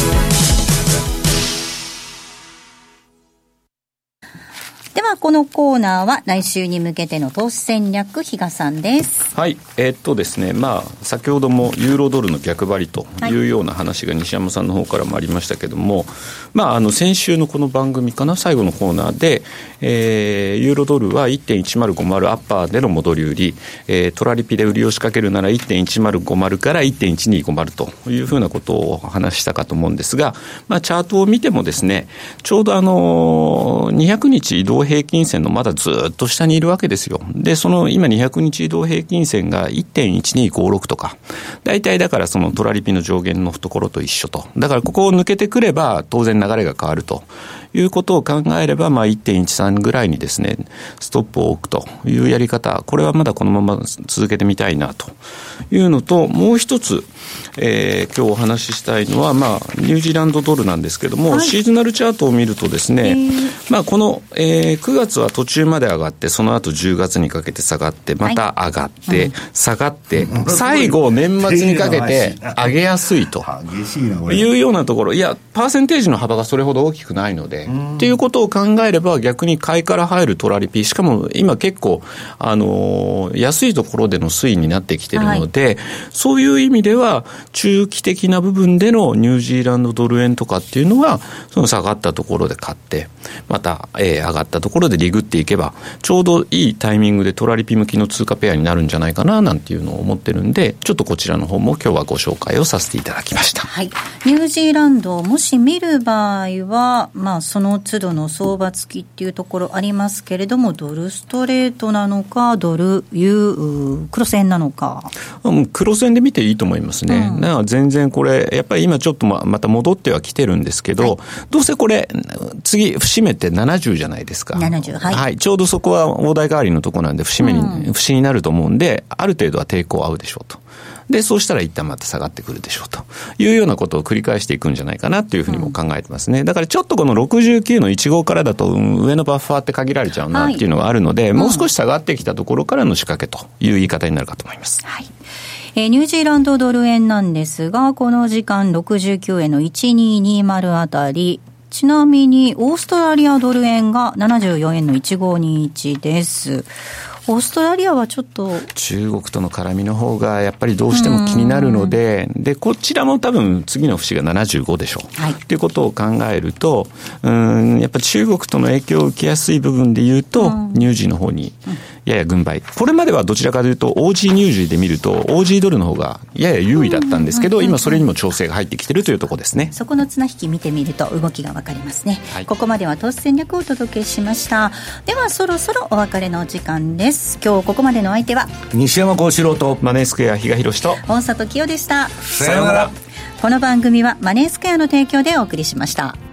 ではこのコーナーは来週に向けての投資戦略、比嘉さんです。 はい、えー、っとですねまあ先ほどもユーロドルの逆張りというような話が西山さんの方からもありましたけども、まああの先週のこの番組かな最後のコーナーで、えー、ユーロドルは いってんいちまるごまる アッパーでの戻り売り、えー、トラリピで売りを仕掛けるなら いってんいちまるごまる から いってんいちにごまる というふうなことを話したかと思うんですが、まあチャートを見てもですねちょうどあのにひゃくにち移動平均線のまだずっと下にいるわけですよ。でその今にひゃくにち移動平均線が いってんいちにごろく とか、大体だからそのトラリピの上限のところと一緒と、だからここを抜けてくれば当然流れが変わるということを考えれば、まあ いってんいちさん ぐらいにですねストップを置くというやり方、これはまだこのまま続けてみたいなというのと、もう一つ、えー、今日お話ししたいのは、まあ、ニュージーランドドルなんですけども、はい、シーズナルチャートを見るとですね、まあ、この、えー、くがつは途中まで上がって、その後じゅうがつにかけて下がって、また上がって、はい、下がって、うん、最後年末にかけて上げやすいというようなところ、いやパーセンテージの幅がそれほど大きくないのでっていうことを考えれば、逆に買いから入るトラリピ、しかも今結構、あのー、安いところでの推移になってきているので、はい、そういう意味では中期的な部分でのニュージーランドドル円とかっていうのは、その下がったところで買って、また、えー、上がったところでリグっていけば、ちょうどいいタイミングでトラリピ向きの通貨ペアになるんじゃないかななんていうのを思ってるんで、ちょっとこちらの方も今日はご紹介をさせていただきました。 はい、ニュージーランドをもし見る場合は、まあ、その都度の相場付きっていうところありますけれども、ドルストレートなのかドルユー黒線なのか、 うん、黒線で見ていいと思いますね、うん、だから全然これやっぱり今ちょっと ま, また戻ってはきてるんですけど、はい、どうせこれ次節目ってななじゅうじゃないですか。 ななじゅう、はいはい、ちょうどそこは大台代わりのところなんで節目に、うん、節になると思うんで、ある程度は抵抗合うでしょうと。でそうしたら一旦また下がってくるでしょうというようなことを繰り返していくんじゃないかなというふうにも考えてますね。だからちょっとこのろくじゅうきゅうのいち号からだと、うん、上のバッファーって限られちゃうなっていうのがあるので、はい、もう少し下がってきたところからの仕掛けという言い方になるかと思います。 はい、えー、ニュージーランドドル円なんですが、この時間ろくじゅうきゅうえんのいちににまるあたり、ちなみにオーストラリアドル円がななじゅうよえんのいちごにいちです。オーストラリアはちょっと中国との絡みの方がやっぱりどうしても気になるので、でこちらも多分次の節がななじゅうごでしょう、はい、っていうことを考えると、うーんやっぱり中国との影響を受けやすい部分でいうと、ニュージーの方にやや軍配、これまではどちらかというと オージー ニュージーで見ると オージー ドルの方がやや優位だったんですけど、今それにも調整が入ってきてるというところですね。 そこの綱引き見てみると動きが分かりますね、はい、ここまでは投資戦略をお届けしました。ではそろそろお別れの時間です。今日ここまでのお相手は西山幸四郎とマネースクエア比嘉宏と大里清でした。 さようなら。 この番組はマネースクエアの提供でお送りしました。